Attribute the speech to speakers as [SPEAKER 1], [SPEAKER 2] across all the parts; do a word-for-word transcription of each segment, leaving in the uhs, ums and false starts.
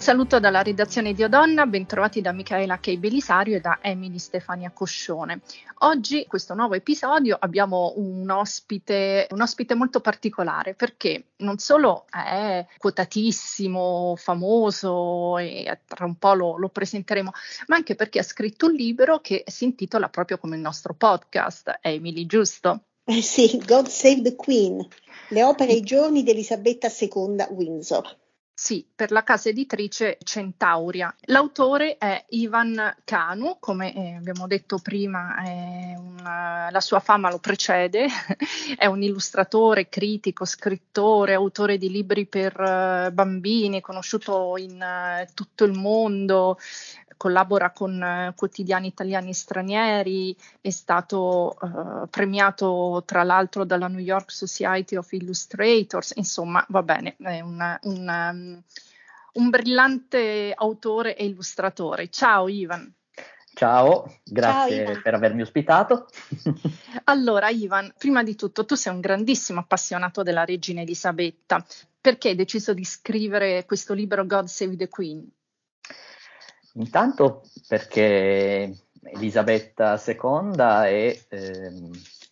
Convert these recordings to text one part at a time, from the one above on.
[SPEAKER 1] Saluto dalla redazione di Odonna, bentrovati da Michaela Kay Belisario e da Emily Stefania Coscione. Oggi, in questo nuovo episodio, abbiamo un ospite, un ospite molto particolare perché non solo è quotatissimo, famoso e tra un po' lo, lo presenteremo, ma anche perché ha scritto un libro che si intitola proprio come il nostro podcast. Emily, giusto?
[SPEAKER 2] Eh sì, God Save the Queen, le opere e i giorni di Elisabetta seconda Windsor.
[SPEAKER 1] Sì, per la casa editrice Centauria. L'autore è Ivan Canu, come eh, abbiamo detto prima, è una, la sua fama lo precede, è un illustratore, critico, scrittore, autore di libri per uh, bambini, conosciuto in uh, tutto il mondo, collabora con uh, quotidiani italiani e stranieri, è stato uh, premiato tra l'altro dalla New York Society of Illustrators, insomma va bene, è un, un, um, un brillante autore e illustratore. Ciao Ivan.
[SPEAKER 3] Ciao, grazie
[SPEAKER 2] Ciao, Ivan.
[SPEAKER 3] per avermi ospitato.
[SPEAKER 1] Allora Ivan, prima di tutto tu sei un grandissimo appassionato della regina Elisabetta. Perché hai deciso di scrivere questo libro God Save the Queen?
[SPEAKER 3] Intanto perché Elisabetta seconda è ehm,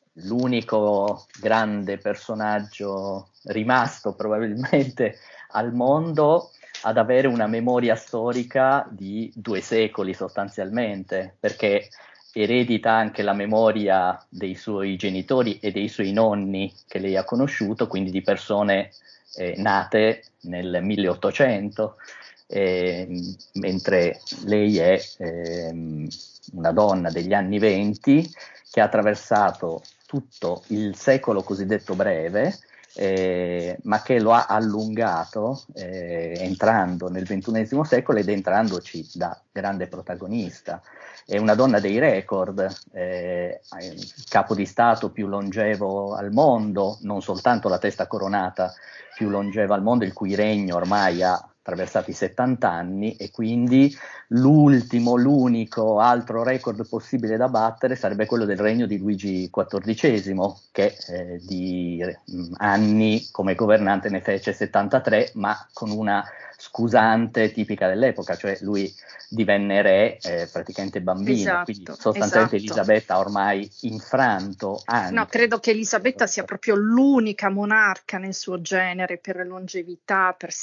[SPEAKER 3] l'unico grande personaggio rimasto probabilmente al mondo ad avere una memoria storica di due secoli sostanzialmente, perché eredita anche la memoria dei suoi genitori e dei suoi nonni che lei ha conosciuto, quindi di persone eh, nate nel milleottocento. Eh, mentre lei è eh, una donna degli anni venti che ha attraversato tutto il secolo cosiddetto breve, eh, ma che lo ha allungato eh, entrando nel ventunesimo secolo ed entrandoci da grande protagonista. È una donna dei record, eh, capo di stato più longevo al mondo, non soltanto la testa coronata più longeva al mondo, il cui regno ormai ha attraversato i settanta anni, e quindi l'ultimo, l'unico altro record possibile da battere sarebbe quello del regno di Luigi quattordicesimo, che eh, di mh, anni come governante ne fece settantatré, ma con una scusante tipica dell'epoca, cioè lui divenne re eh, praticamente bambino,
[SPEAKER 1] Esatto,
[SPEAKER 3] quindi sostanzialmente
[SPEAKER 1] esatto.
[SPEAKER 3] Elisabetta ormai infranto anche.
[SPEAKER 1] No, credo che Elisabetta sia proprio l'unica monarca nel suo genere per longevità, per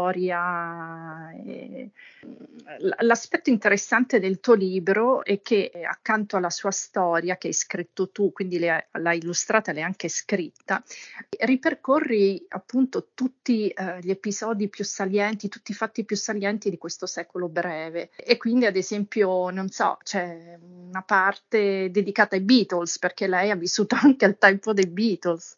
[SPEAKER 1] storia. E... L'aspetto interessante del tuo libro è che accanto alla sua storia che hai scritto tu, quindi le, l'hai illustrata, l'hai anche scritta, ripercorri appunto tutti eh, gli episodi più salienti, tutti i fatti più salienti di questo secolo breve. E quindi ad esempio, non so, c'è una parte dedicata ai Beatles, perché lei ha vissuto anche al tempo dei Beatles.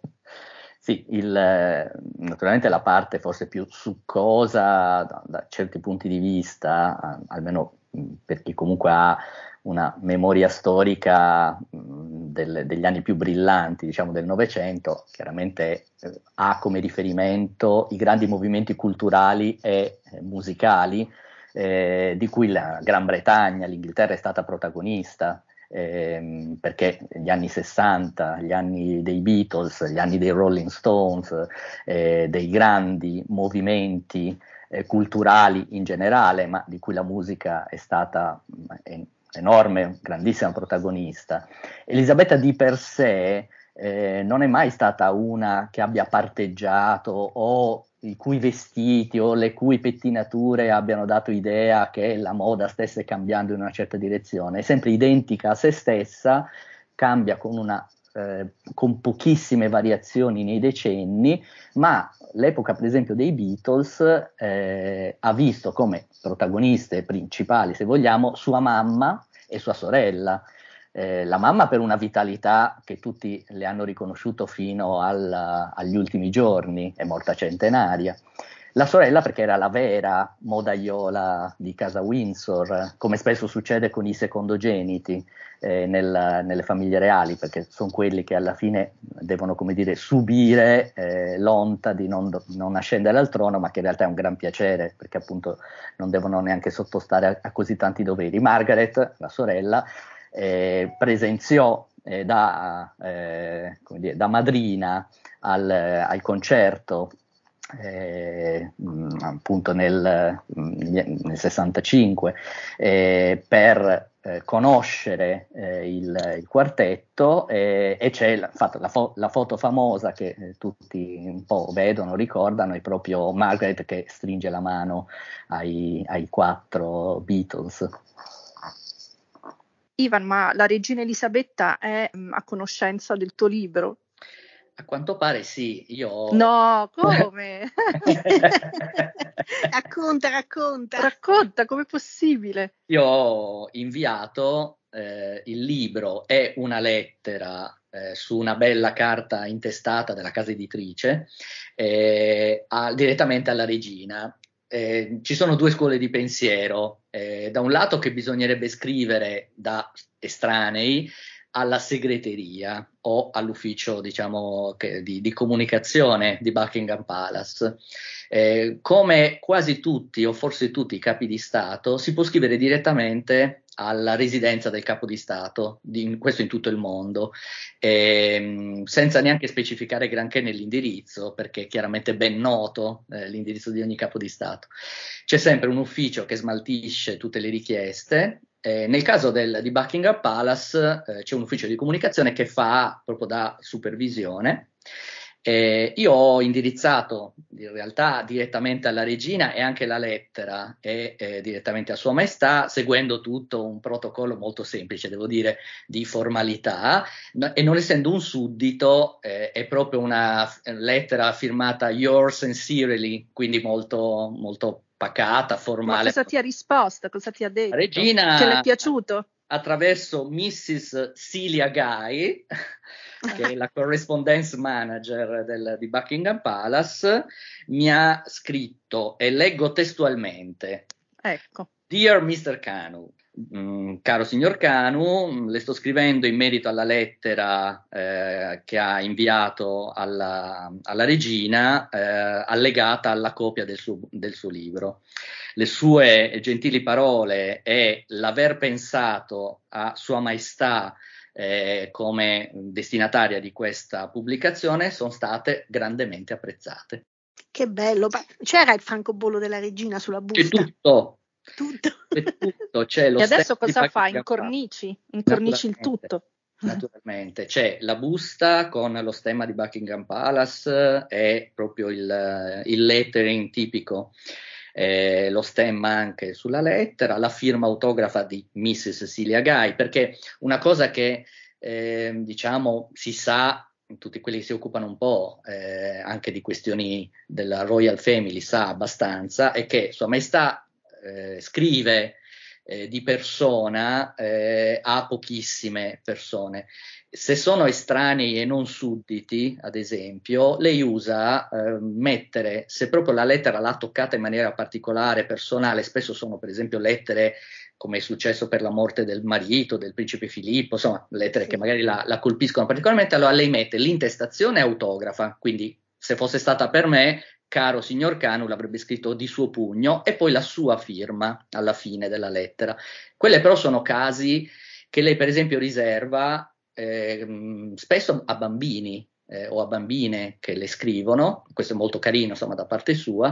[SPEAKER 3] Sì, il, naturalmente la parte forse più succosa da, da certi punti di vista, almeno per chi comunque ha una memoria storica mh, del, degli anni più brillanti, diciamo del Novecento, chiaramente eh, ha come riferimento i grandi movimenti culturali e eh, musicali eh, di cui la Gran Bretagna, l'Inghilterra è stata protagonista. Eh, perché gli anni sessanta, gli anni dei Beatles, gli anni dei Rolling Stones, eh, dei grandi movimenti eh, culturali in generale, ma di cui la musica è stata eh, enorme, grandissima protagonista. Elisabetta di per sé eh, non è mai stata una che abbia parteggiato o i cui vestiti o le cui pettinature abbiano dato idea che la moda stesse cambiando in una certa direzione. È sempre identica a se stessa, cambia con, una, eh, con pochissime variazioni nei decenni, ma l'epoca per esempio dei Beatles eh, ha visto come protagoniste principali, se vogliamo, sua mamma e sua sorella. Eh, la mamma per una vitalità che tutti le hanno riconosciuto fino al, agli ultimi giorni, è morta centenaria. La sorella perché era la vera modaiola di casa Windsor, come spesso succede con i secondogeniti eh, nel, nelle famiglie reali, perché sono quelli che alla fine devono, come dire, subire eh, l'onta di non, non ascendere al trono, ma che in realtà è un gran piacere, perché appunto non devono neanche sottostare a, a così tanti doveri. Margaret, la sorella, Eh, presenziò eh, da, eh, come dire, da madrina al, al concerto eh, mh, appunto nel, nel sessantacinque, eh, per eh, conoscere eh, il, il quartetto, eh, e c'è la, la, fo- la foto famosa che eh, tutti un po' vedono, ricordano, è proprio Margaret che stringe la mano ai, ai quattro Beatles.
[SPEAKER 1] Ivan, ma la regina Elisabetta è mh, a conoscenza del tuo libro?
[SPEAKER 3] A quanto pare sì, io...
[SPEAKER 1] No, come?
[SPEAKER 2] Racconta, racconta.
[SPEAKER 1] Racconta, com'è possibile?
[SPEAKER 3] Io ho inviato eh, il libro e una lettera eh, su una bella carta intestata della casa editrice eh, a, direttamente alla regina. Eh, ci sono due scuole di pensiero, eh, da un lato che bisognerebbe scrivere da estranei alla segreteria o all'ufficio, diciamo, che, di, di comunicazione di Buckingham Palace. Eh, come quasi tutti o forse tutti i capi di Stato, si può scrivere direttamente alla residenza del capo di Stato, di, questo in tutto il mondo, eh, senza neanche specificare granché nell'indirizzo, perché è chiaramente ben noto eh, l'indirizzo di ogni capo di Stato. C'è sempre un ufficio che smaltisce tutte le richieste. Eh, nel caso del, di Buckingham Palace eh, c'è un ufficio di comunicazione che fa proprio da supervisione. Eh, io ho indirizzato in realtà direttamente alla regina e anche la lettera è eh, direttamente a Sua Maestà, seguendo tutto un protocollo molto semplice, devo dire, di formalità, no, e non essendo un suddito eh, è proprio una lettera firmata Yours Sincerely, quindi molto, molto pacata, formale.
[SPEAKER 1] Ma cosa ti ha risposto? Cosa ti ha detto?
[SPEAKER 3] La regina,
[SPEAKER 1] che le è piaciuto?
[SPEAKER 3] Attraverso missus Celia Guy, che è la correspondence manager del, di Buckingham Palace, mi ha scritto, e leggo testualmente:
[SPEAKER 1] ecco.
[SPEAKER 3] Dear mister Kanu, mm, caro signor Kanu, le sto scrivendo in merito alla lettera eh, che ha inviato alla, alla regina, eh, allegata alla copia del suo, del suo libro. Le sue gentili parole e l'aver pensato a Sua Maestà eh, come destinataria di questa pubblicazione sono state grandemente apprezzate.
[SPEAKER 2] Che bello, c'era il francobollo della regina sulla busta?
[SPEAKER 3] C'è tutto.
[SPEAKER 2] Tutto.
[SPEAKER 3] C'è tutto, c'è lo
[SPEAKER 1] e adesso
[SPEAKER 3] cosa
[SPEAKER 1] fa? Incornici? Incornici il tutto?
[SPEAKER 3] Naturalmente, c'è la busta con lo stemma di Buckingham Palace e proprio il, il lettering tipico, eh, lo stemma anche sulla lettera, la firma autografa di missus Celia Guy, perché una cosa che eh, diciamo si sa, tutti quelli che si occupano un po' eh, anche di questioni della Royal Family sa abbastanza, è che Sua Maestà eh, scrive Eh, di persona eh, a pochissime persone. Se sono estranei e non sudditi, ad esempio, lei usa eh, mettere, se proprio la lettera l'ha toccata in maniera particolare, personale, spesso sono per esempio lettere come è successo per la morte del marito, del principe Filippo, insomma lettere sì. che magari la, la colpiscono particolarmente, allora lei mette l'intestazione autografa, quindi se fosse stata per me, caro signor Kanu, l'avrebbe scritto di suo pugno e poi la sua firma alla fine della lettera. Quelle però sono casi che lei per esempio riserva eh, spesso a bambini eh, o a bambine che le scrivono, questo è molto carino insomma da parte sua,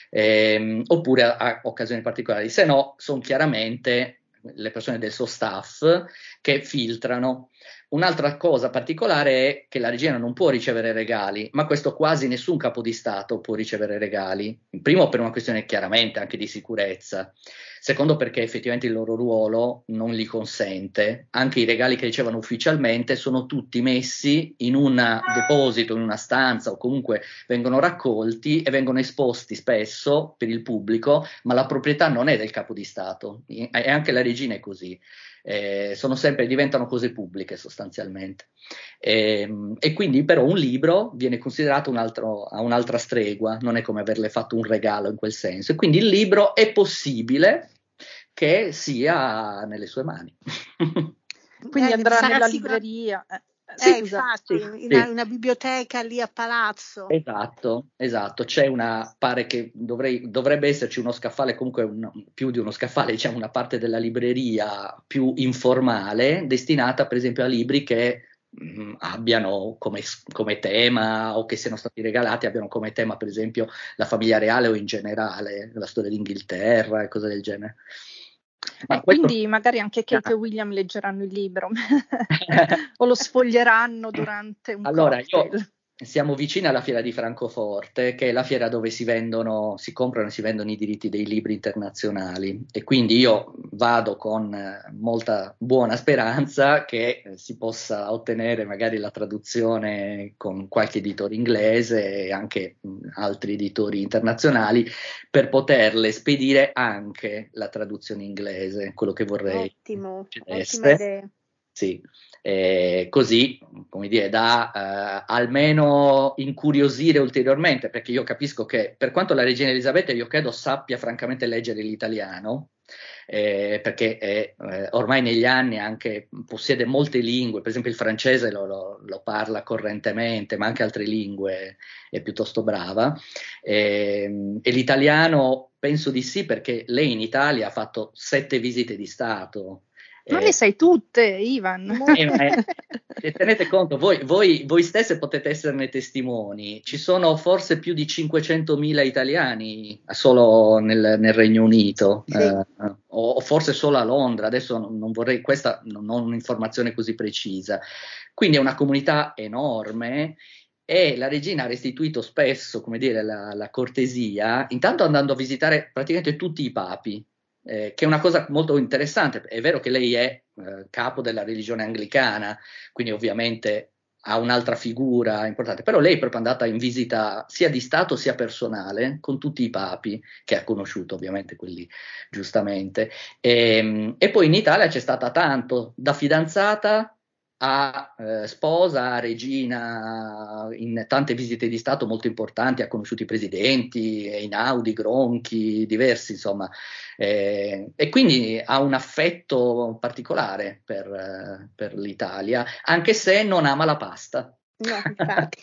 [SPEAKER 3] ehm, oppure a, a occasioni particolari, se no sono chiaramente le persone del suo staff che filtrano. Un'altra cosa particolare è che la regina non può ricevere regali, ma questo quasi nessun capo di Stato può ricevere regali. Primo per una questione chiaramente anche di sicurezza, secondo perché effettivamente il loro ruolo non li consente. Anche i regali che ricevono ufficialmente sono tutti messi in un deposito, in una stanza o comunque vengono raccolti e vengono esposti spesso per il pubblico, ma la proprietà non è del capo di Stato e anche la regina è così. Eh, sono sempre, diventano cose pubbliche sostanzialmente e, e quindi però un libro viene considerato un altro, a un'altra stregua, non è come averle fatto un regalo in quel senso, e quindi il libro è possibile che sia nelle sue mani.
[SPEAKER 1] Quindi
[SPEAKER 2] eh,
[SPEAKER 1] andrà nella
[SPEAKER 2] sicura...
[SPEAKER 1] libreria eh.
[SPEAKER 2] Sì, eh, infatti, sì, in una,
[SPEAKER 3] sì.
[SPEAKER 2] una biblioteca lì a Palazzo.
[SPEAKER 3] Esatto, esatto. C'è una, pare che dovrei, dovrebbe esserci uno scaffale, comunque un, più di uno scaffale, diciamo una parte della libreria più informale, destinata per esempio a libri che
[SPEAKER 4] mh, abbiano come, come tema, o che siano stati regalati, abbiano come tema per esempio la famiglia reale o in generale la storia d'Inghilterra e cose del genere.
[SPEAKER 1] Ma eh, questo... Quindi magari anche Kate e William leggeranno il libro o lo sfoglieranno durante un
[SPEAKER 4] allora,
[SPEAKER 1] cocktail.
[SPEAKER 4] Io... Siamo vicini alla fiera di Francoforte, che è la fiera dove si vendono, si comprano e si vendono i diritti dei libri internazionali, e quindi io vado con molta buona speranza che si possa ottenere magari la traduzione con qualche editore inglese e anche altri editori internazionali, per poterle spedire anche la traduzione inglese, quello che vorrei.
[SPEAKER 2] Ottimo, ottima idea.
[SPEAKER 4] Sì, eh, così, come dire, da eh, almeno incuriosire ulteriormente, perché io capisco che, per quanto la regina Elisabetta io credo sappia francamente leggere l'italiano, eh, perché è, eh, ormai negli anni anche possiede molte lingue, per esempio il francese lo, lo, lo parla correntemente, ma anche altre lingue è piuttosto brava, eh, e l'italiano penso di sì, perché lei in Italia ha fatto sette visite di Stato.
[SPEAKER 1] Ma le sai tutte, Ivan.
[SPEAKER 4] Eh, eh, tenete conto, voi, voi, voi stesse potete esserne testimoni, ci sono forse più di cinquecentomila italiani solo nel, nel Regno Unito, sì. eh, o, o forse solo a Londra, adesso non, non vorrei, questa non ho un'informazione così precisa, quindi è una comunità enorme. E la regina ha restituito spesso, come dire, la, la cortesia, intanto andando a visitare praticamente tutti i papi. Eh, che è una cosa molto interessante. È vero che lei è eh, capo della religione anglicana, quindi ovviamente ha un'altra figura importante, però lei è proprio andata in visita sia di Stato sia personale con tutti i papi, che ha conosciuto ovviamente quelli giustamente, e, e poi in Italia c'è stata tanto, da fidanzata a eh, sposa, a regina, in tante visite di Stato molto importanti, ha conosciuto i presidenti, Einaudi, Gronchi, diversi insomma, eh, e quindi ha un affetto particolare per, eh, per l'Italia, anche se non ama la pasta.
[SPEAKER 2] No, infatti,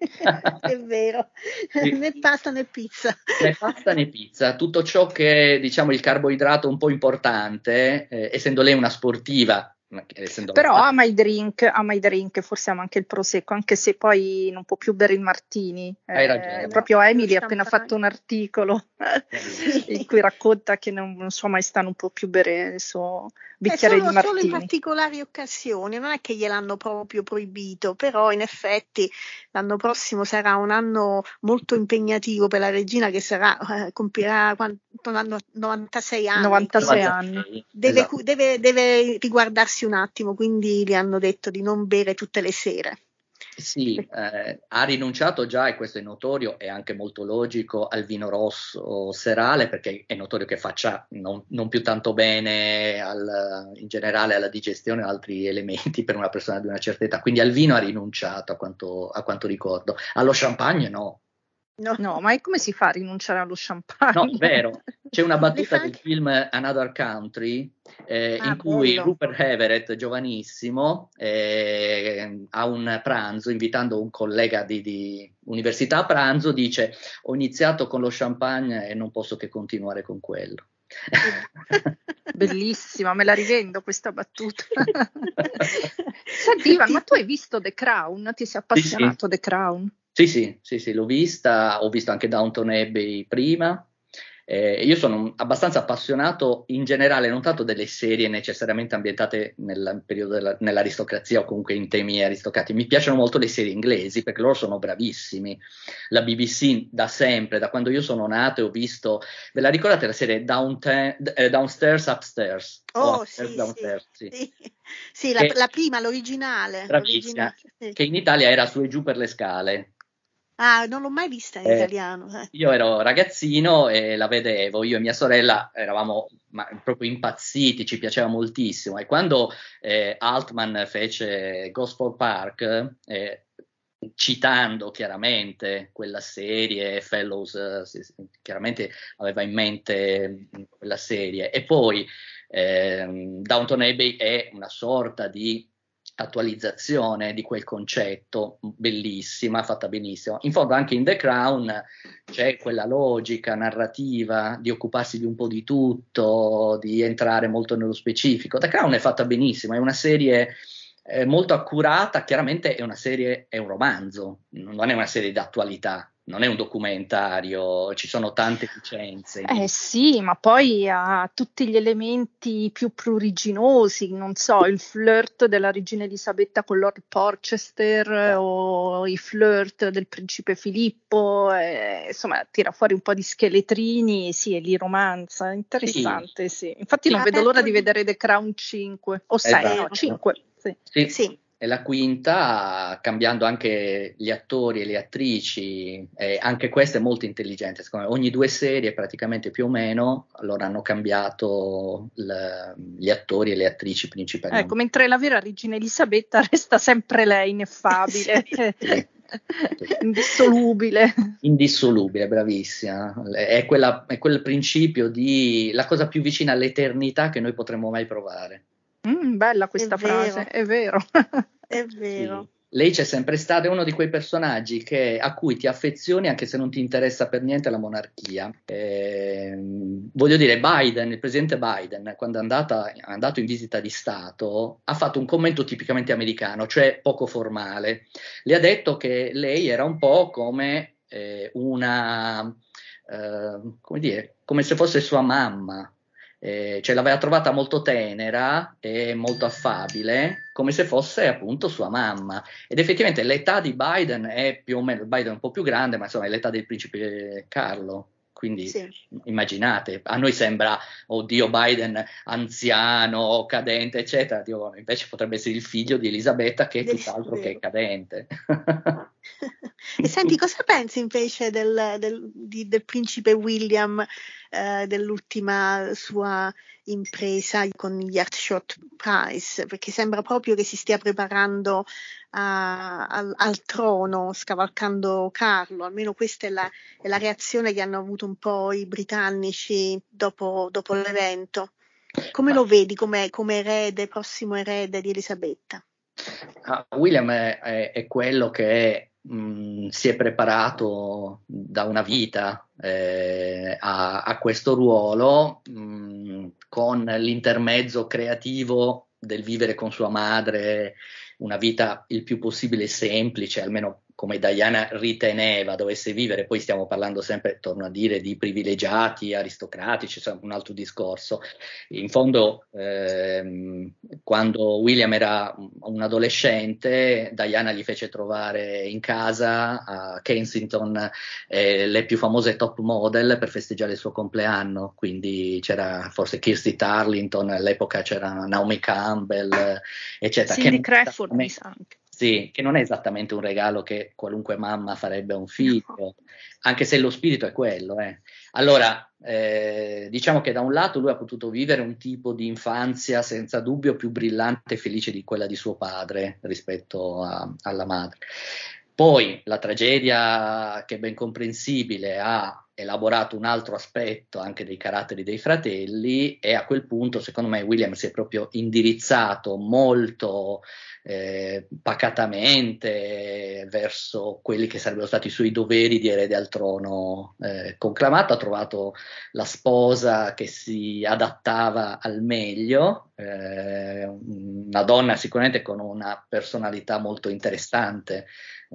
[SPEAKER 2] è vero, sì. Né pasta né pizza.
[SPEAKER 4] Né pasta né pizza, tutto ciò che diciamo il carboidrato un po' importante, eh, essendo lei una sportiva.
[SPEAKER 1] Però ama i drink, ama i drink, forse ama anche il prosecco, anche se poi non può più bere il martini.
[SPEAKER 4] Hai ragione.
[SPEAKER 1] Eh, proprio Emily ha appena fatto un articolo in cui racconta che non, non sua maestà non può più bere il suo bicchiere
[SPEAKER 2] solo,
[SPEAKER 1] di martini.
[SPEAKER 2] Solo in particolari occasioni, non è che gliel'hanno proprio proibito, però in effetti l'anno prossimo sarà un anno molto impegnativo per la regina, che sarà, eh, compirà quanto, novantasei anni.
[SPEAKER 1] novantasei anni.
[SPEAKER 2] Deve,
[SPEAKER 4] esatto.
[SPEAKER 2] deve, deve riguardarsi un attimo, quindi gli hanno detto di non bere tutte le sere.
[SPEAKER 4] Sì, eh, ha rinunciato già, e questo è notorio, e anche molto logico, al vino rosso serale, perché è notorio che faccia non, non più tanto bene al, in generale alla digestione e altri elementi per una persona di una certa età, quindi al vino ha rinunciato a quanto, a quanto ricordo, allo champagne no.
[SPEAKER 1] No. no, ma come si fa a rinunciare allo champagne?
[SPEAKER 4] No, vero. C'è una battuta del film Another Country eh,
[SPEAKER 2] ah,
[SPEAKER 4] in cui
[SPEAKER 2] bello.
[SPEAKER 4] Rupert Everett, giovanissimo, eh, a un pranzo, invitando un collega di, di università a pranzo, dice: ho iniziato con lo champagne e non posso che continuare con quello.
[SPEAKER 1] Bellissima, me la rivendo questa battuta. Senti Ivan, ma tu hai visto The Crown? Ti sei appassionato
[SPEAKER 4] sì, sì.
[SPEAKER 1] The Crown?
[SPEAKER 4] Sì, sì, sì, sì, l'ho vista, ho visto anche Downton Abbey prima. Eh, io sono abbastanza appassionato in generale, non tanto delle serie necessariamente ambientate nel periodo della, nell'aristocrazia o comunque in temi aristocratici. Mi piacciono molto le serie inglesi perché loro sono bravissimi. La B B C da sempre, da quando io sono nato, e ho visto, ve la ricordate la serie Downta- eh, Downstairs Upstairs?
[SPEAKER 2] Oh,
[SPEAKER 4] Upstairs,
[SPEAKER 2] sì,
[SPEAKER 4] downstairs,
[SPEAKER 2] sì,
[SPEAKER 4] sì.
[SPEAKER 2] sì. Sì, la, la prima, l'originale.
[SPEAKER 4] Bravissima,
[SPEAKER 2] l'originale, sì.
[SPEAKER 4] Che in Italia era Su e giù per le scale.
[SPEAKER 2] Ah, non l'ho mai vista in
[SPEAKER 4] Eh,
[SPEAKER 2] italiano. Eh.
[SPEAKER 4] Io ero ragazzino e la vedevo, io e mia sorella eravamo ma, proprio impazziti, ci piaceva moltissimo, e quando eh, Altman fece Gosford Park, eh, citando chiaramente quella serie, Fellows eh, sì, sì, chiaramente aveva in mente quella serie, e poi eh, Downton Abbey è una sorta di attualizzazione di quel concetto, bellissima, fatta benissimo. In fondo anche in The Crown c'è quella logica narrativa di occuparsi di un po' di tutto, di entrare molto nello specifico. The Crown è fatta benissimo, è una serie è molto accurata, chiaramente è una serie, è un romanzo, non è una serie d'attualità. Non è un documentario, ci sono tante licenze.
[SPEAKER 1] Eh sì, ma poi ha tutti gli elementi più pruriginosi, non so, il flirt della regina Elisabetta con Lord Porchester eh, o i flirt del principe Filippo, eh, insomma tira fuori un po' di scheletrini, sì, e li romanza, interessante, sì. sì. Infatti non vedo l'ora di vedere The Crown cinque, o sei,
[SPEAKER 4] esatto.
[SPEAKER 1] no, cinque. Sì.
[SPEAKER 4] Sì.
[SPEAKER 2] Sì.
[SPEAKER 4] E la quinta, cambiando anche gli attori e le attrici, eh, anche questa è molto intelligente, secondo me. Ogni due serie praticamente più o meno, allora hanno cambiato l- gli attori e le attrici principalmente.
[SPEAKER 1] Ecco, mentre la vera regina Elisabetta resta sempre lei, ineffabile,
[SPEAKER 4] Sì.
[SPEAKER 1] indissolubile.
[SPEAKER 4] Indissolubile, bravissima. È, quella, è quel principio di la cosa più vicina all'eternità che noi potremmo mai provare.
[SPEAKER 1] Mm, bella questa
[SPEAKER 2] È
[SPEAKER 1] frase,
[SPEAKER 2] vero.
[SPEAKER 1] è vero.
[SPEAKER 2] È vero.
[SPEAKER 4] Sì. Lei c'è sempre stata, è uno di quei personaggi che, a cui ti affezioni anche se non ti interessa per niente la monarchia. Eh, voglio dire, Biden, il presidente Biden, quando è, andata, è andato in visita di Stato, ha fatto un commento tipicamente americano, cioè poco formale. Le ha detto che lei era un po' come eh, una, eh, come dire, come se fosse sua mamma. Eh, cioè l'aveva trovata molto tenera e molto affabile, come se fosse appunto sua mamma. Ed effettivamente l'età di Biden è più o meno, Biden è un po' più grande, ma insomma è l'età del principe Carlo. Quindi
[SPEAKER 2] Sì.
[SPEAKER 4] immaginate, a noi sembra, oddio, Biden anziano, cadente, eccetera. Dio, invece potrebbe essere il figlio di Elisabetta, che è tutt'altro che cadente.
[SPEAKER 2] E senti, cosa pensi invece del, del, di, del principe William, eh, dell'ultima sua impresa con gli Earthshot Prize? Perché sembra proprio che si stia preparando a, al, al trono, scavalcando Carlo. Almeno questa è la, è la reazione che hanno avuto un po' i britannici dopo, dopo l'evento. Come
[SPEAKER 4] Ma...
[SPEAKER 2] lo vedi come, come erede, prossimo erede di Elisabetta?
[SPEAKER 4] Ah, William è, è, è quello che mh, si è preparato da una vita eh, a, a questo ruolo, mh, con l'intermezzo creativo del vivere con sua madre una vita il più possibile semplice, almeno come Diana riteneva dovesse vivere. Poi stiamo parlando sempre, torno a dire, di privilegiati, aristocratici, insomma un altro discorso. In fondo, ehm, quando William era un adolescente, Diana gli fece trovare in casa a Kensington eh, le più famose top model per festeggiare il suo compleanno. Quindi c'era forse Kirsty Tarleton, all'epoca c'era Naomi Campbell, eccetera.
[SPEAKER 1] Cindy
[SPEAKER 4] che
[SPEAKER 1] Crawford, mi sa anche.
[SPEAKER 4] Sì, che non è esattamente un regalo che qualunque mamma farebbe a un figlio, no. Anche se lo spirito è quello. Eh. Allora, eh, diciamo che da un lato lui ha potuto vivere un tipo di infanzia senza dubbio più brillante e felice di quella di suo padre rispetto a, alla madre. Poi la tragedia, che è ben comprensibile, ha elaborato un altro aspetto anche dei caratteri dei fratelli, e a quel punto secondo me William si è proprio indirizzato molto eh, pacatamente verso quelli che sarebbero stati i suoi doveri di erede al trono eh, conclamato. Ha trovato la sposa che si adattava al meglio, eh, una donna sicuramente con una personalità molto interessante,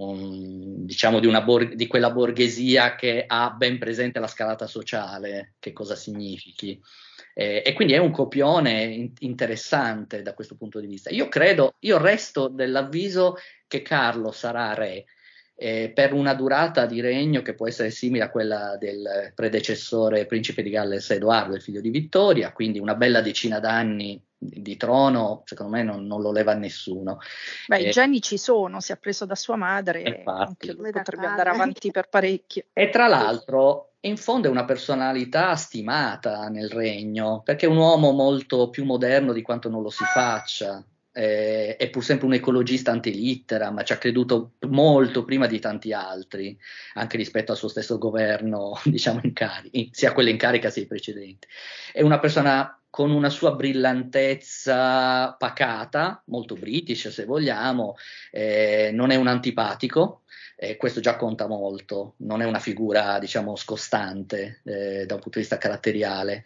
[SPEAKER 4] Um, diciamo di, una bor- di quella borghesia che ha ben presente la scalata sociale, che cosa significhi, eh, e quindi è un copione in- interessante da questo punto di vista. Io credo, io resto dell'avviso che Carlo sarà re eh, per una durata di regno che può essere simile a quella del predecessore principe di Galles Edoardo, il figlio di Vittoria, quindi una bella decina d'anni di, di trono, secondo me non, non lo leva a nessuno.
[SPEAKER 1] Beh,
[SPEAKER 4] eh,
[SPEAKER 1] i geni ci sono, si è preso da sua madre, e anche lui potrebbe andare avanti per parecchio.
[SPEAKER 4] E tra l'altro, in fondo è una personalità stimata nel regno, perché è un uomo molto più moderno di quanto non lo si faccia. Eh, è pur sempre un ecologista antilitteram, ma ci ha creduto molto prima di tanti altri, anche rispetto al suo stesso governo, diciamo, in carica, sia quello in carica sia i precedenti. È una persona con una sua brillantezza pacata, molto british se vogliamo, eh, non è un antipatico. Eh, questo già conta molto, non è una figura, diciamo, scostante eh, da un punto di vista caratteriale.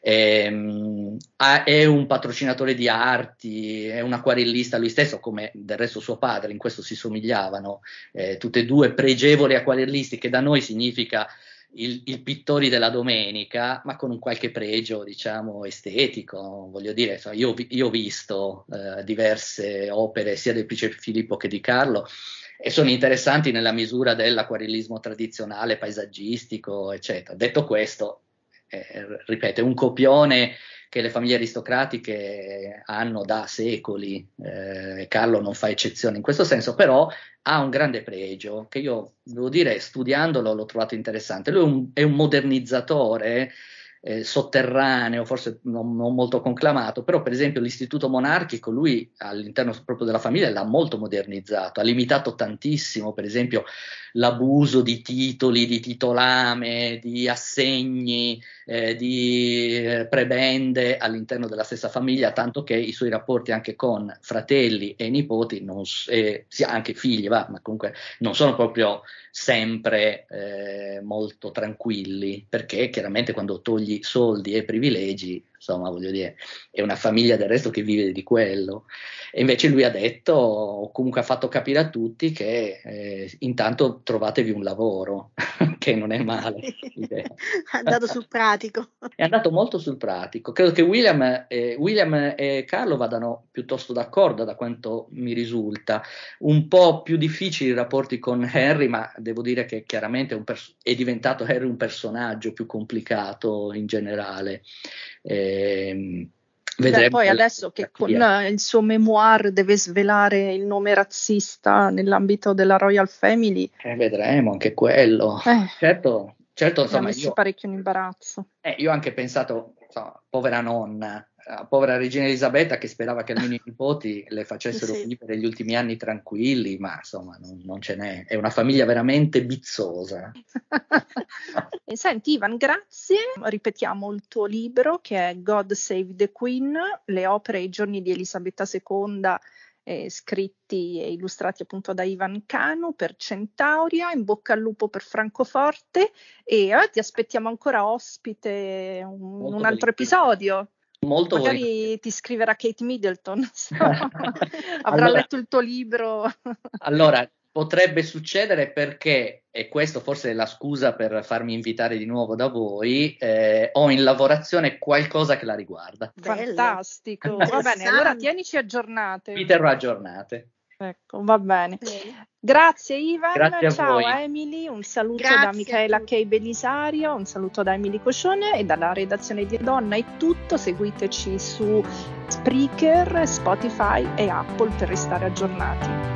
[SPEAKER 4] Eh, è un patrocinatore di arti, è un acquarellista lui stesso, come del resto suo padre, in questo si somigliavano, eh, tutte e due pregevoli acquarellisti, che da noi significa il, il pittori della domenica, ma con un qualche pregio, diciamo, estetico. Voglio dire, io, io ho visto eh, diverse opere sia del principe Filippo che di Carlo, e sono interessanti nella misura dell'acquarellismo tradizionale, paesaggistico, eccetera. Detto questo, eh, ripeto, è un copione che le famiglie aristocratiche hanno da secoli, eh, Carlo non fa eccezione in questo senso, però ha un grande pregio, che io, devo dire, studiandolo l'ho trovato interessante. Lui è un, è un modernizzatore Eh, sotterraneo, forse non, non molto conclamato, però per esempio l'istituto monarchico lui all'interno proprio della famiglia l'ha molto modernizzato, ha limitato tantissimo per esempio l'abuso di titoli, di titolame, di assegni, eh, di eh, prebende all'interno della stessa famiglia, tanto che i suoi rapporti anche con fratelli e nipoti, non, eh, sì, anche figli, va, ma comunque non sono proprio sempre eh, molto tranquilli, perché chiaramente quando togli soldi e privilegi, insomma, voglio dire, è una famiglia del resto che vive di quello. E invece lui ha detto, o comunque ha fatto capire a tutti, che eh, intanto trovatevi un lavoro, che non è male.
[SPEAKER 2] È andato sul pratico.
[SPEAKER 4] È andato molto sul pratico. Credo che William, eh, William e Carlo vadano piuttosto d'accordo, da quanto mi risulta. Un po' più difficili i rapporti con Henry, ma devo dire che chiaramente è, un pers- è diventato Henry un personaggio più complicato in generale. Eh,
[SPEAKER 1] Beh, poi adesso che con il suo memoir deve svelare il nome razzista nell'ambito della Royal Family,
[SPEAKER 4] eh, vedremo anche quello.
[SPEAKER 1] Eh,
[SPEAKER 4] certo, certo, insomma,
[SPEAKER 1] mi ha messo
[SPEAKER 4] io,
[SPEAKER 1] parecchio in imbarazzo.
[SPEAKER 4] eh, io ho anche pensato, insomma, povera nonna, la povera regina Elisabetta, che sperava che almeno i nipoti le facessero
[SPEAKER 2] Sì.
[SPEAKER 4] vivere gli ultimi anni tranquilli, ma insomma non, non ce n'è, è una famiglia veramente bizzosa.
[SPEAKER 1] E senti Ivan, grazie. Ripetiamo il tuo libro, che è God Save the Queen, le opere e i giorni di Elisabetta seconda, eh, scritti e illustrati appunto da Ivan Canu per Centauria. In bocca al lupo per Francoforte, e eh, ti aspettiamo ancora ospite un, un altro episodio.
[SPEAKER 4] Molto
[SPEAKER 1] Magari
[SPEAKER 4] volentieri.
[SPEAKER 1] ti scriverà Kate Middleton, so. Avrà
[SPEAKER 4] allora,
[SPEAKER 1] letto il tuo libro.
[SPEAKER 4] Allora, potrebbe succedere perché, e questo forse è la scusa per farmi invitare di nuovo da voi, eh, ho in lavorazione qualcosa che la riguarda.
[SPEAKER 1] Fantastico, va bene, allora tienici aggiornate.
[SPEAKER 4] Vi terrò aggiornate.
[SPEAKER 1] Ecco, va bene. bene. Grazie Ivan,
[SPEAKER 4] Grazie a
[SPEAKER 1] ciao
[SPEAKER 4] voi.
[SPEAKER 1] Emily, un saluto
[SPEAKER 2] Grazie
[SPEAKER 1] da Michaela K. Belisario, un saluto da Emily Coscione e dalla redazione di Donna è tutto. Seguiteci su Spreaker, Spotify e Apple per restare aggiornati.